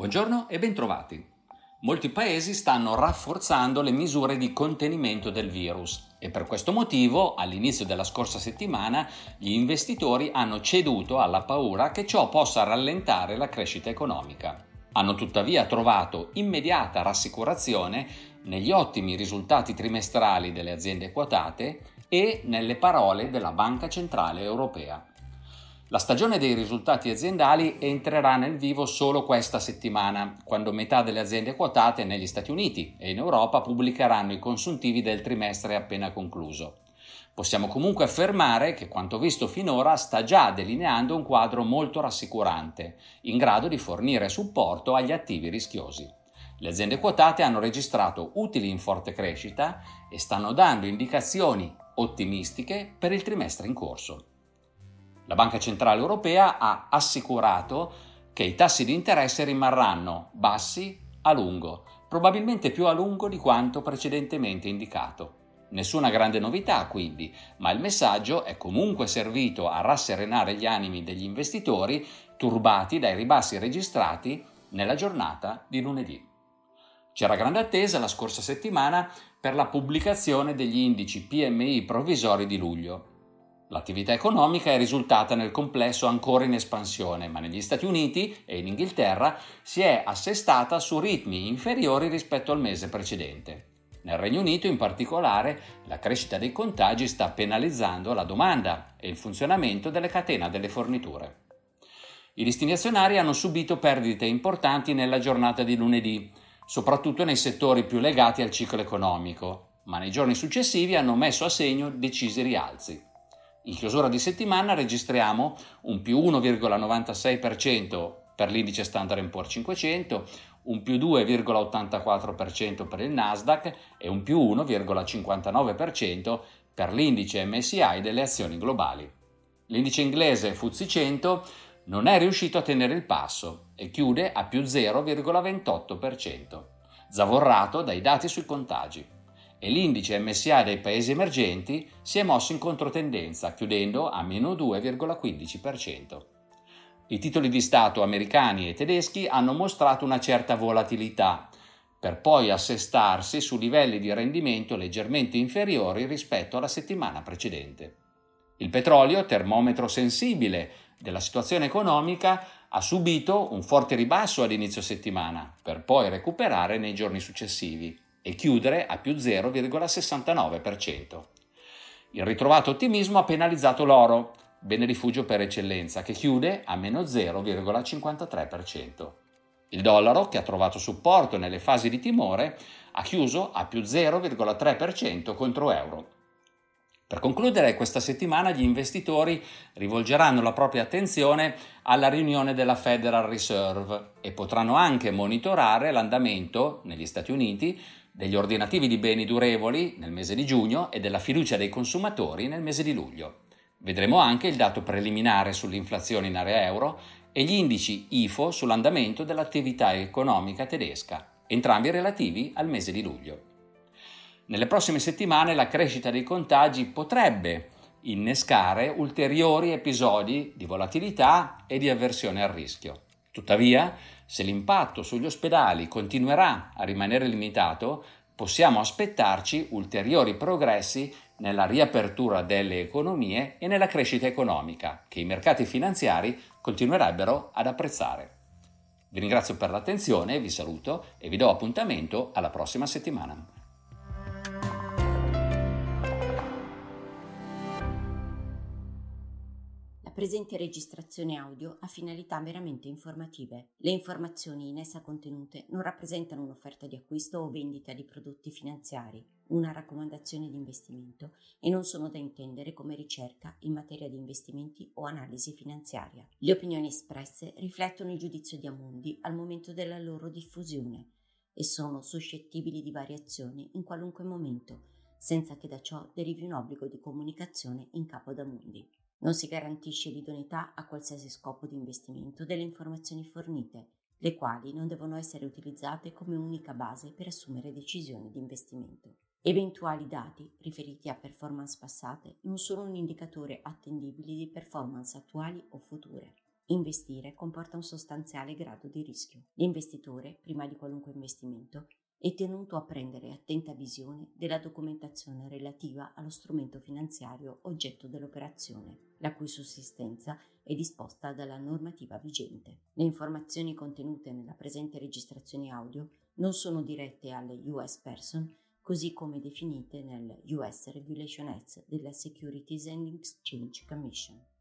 Buongiorno e bentrovati. Molti paesi stanno rafforzando le misure di contenimento del virus e per questo motivo, all'inizio della scorsa settimana, gli investitori hanno ceduto alla paura che ciò possa rallentare la crescita economica. Hanno tuttavia trovato immediata rassicurazione negli ottimi risultati trimestrali delle aziende quotate e nelle parole della Banca Centrale Europea. La stagione dei risultati aziendali entrerà nel vivo solo questa settimana, quando metà delle aziende quotate negli Stati Uniti e in Europa pubblicheranno i consuntivi del trimestre appena concluso. Possiamo comunque affermare che quanto visto finora sta già delineando un quadro molto rassicurante, in grado di fornire supporto agli attivi rischiosi. Le aziende quotate hanno registrato utili in forte crescita e stanno dando indicazioni ottimistiche per il trimestre in corso. La Banca Centrale Europea ha assicurato che i tassi di interesse rimarranno bassi a lungo, probabilmente più a lungo di quanto precedentemente indicato. Nessuna grande novità quindi, ma il messaggio è comunque servito a rasserenare gli animi degli investitori turbati dai ribassi registrati nella giornata di lunedì. C'era grande attesa la scorsa settimana per la pubblicazione degli indici PMI provvisori di luglio. L'attività economica è risultata nel complesso ancora in espansione, ma negli Stati Uniti e in Inghilterra si è assestata su ritmi inferiori rispetto al mese precedente. Nel Regno Unito, in particolare, la crescita dei contagi sta penalizzando la domanda e il funzionamento delle catene delle forniture. I listini azionari hanno subito perdite importanti nella giornata di lunedì, soprattutto nei settori più legati al ciclo economico, ma nei giorni successivi hanno messo a segno decisi rialzi. In chiusura di settimana registriamo un più 1,96% per l'indice Standard & Poor's 500, un più 2,84% per il Nasdaq e un più 1,59% per l'indice MSCI delle azioni globali. L'indice inglese FTSE 100 non è riuscito a tenere il passo e chiude a più 0,28%, zavorrato dai dati sui contagi. E l'indice MSCI dei paesi emergenti si è mosso in controtendenza, chiudendo a meno 2,15%. I titoli di Stato americani e tedeschi hanno mostrato una certa volatilità, per poi assestarsi su livelli di rendimento leggermente inferiori rispetto alla settimana precedente. Il petrolio, termometro sensibile della situazione economica, ha subito un forte ribasso all'inizio settimana, per poi recuperare nei giorni successivi e chiudere a più 0,69%. Il ritrovato ottimismo ha penalizzato l'oro, bene rifugio per eccellenza, che chiude a meno 0,53%. Il dollaro, che ha trovato supporto nelle fasi di timore, ha chiuso a più 0,3% contro euro. Per concludere, questa settimana gli investitori rivolgeranno la propria attenzione alla riunione della Federal Reserve e potranno anche monitorare l'andamento negli Stati Uniti degli ordinativi di beni durevoli nel mese di giugno e della fiducia dei consumatori nel mese di luglio. Vedremo anche il dato preliminare sull'inflazione in area euro e gli indici IFO sull'andamento dell'attività economica tedesca, entrambi relativi al mese di luglio. Nelle prossime settimane la crescita dei contagi potrebbe innescare ulteriori episodi di volatilità e di avversione al rischio. Tuttavia, se l'impatto sugli ospedali continuerà a rimanere limitato, possiamo aspettarci ulteriori progressi nella riapertura delle economie e nella crescita economica, che i mercati finanziari continuerebbero ad apprezzare. Vi ringrazio per l'attenzione, vi saluto e vi do appuntamento alla prossima settimana. La presente registrazione audio ha finalità meramente informative. Le informazioni in essa contenute non rappresentano un'offerta di acquisto o vendita di prodotti finanziari, una raccomandazione di investimento e non sono da intendere come ricerca in materia di investimenti o analisi finanziaria. Le opinioni espresse riflettono il giudizio di Amundi al momento della loro diffusione e sono suscettibili di variazioni in qualunque momento, senza che da ciò derivi un obbligo di comunicazione in capo ad Amundi. Non si garantisce l'idoneità a qualsiasi scopo di investimento delle informazioni fornite, le quali non devono essere utilizzate come unica base per assumere decisioni di investimento. Eventuali dati riferiti a performance passate non sono un indicatore attendibile di performance attuali o future. Investire comporta un sostanziale grado di rischio. L'investitore, prima di qualunque investimento, è tenuto a prendere attenta visione della documentazione relativa allo strumento finanziario oggetto dell'operazione, la cui sussistenza è disposta dalla normativa vigente. Le informazioni contenute nella presente registrazione audio non sono dirette alle US Person, così come definite nel US Regulation Act della Securities and Exchange Commission.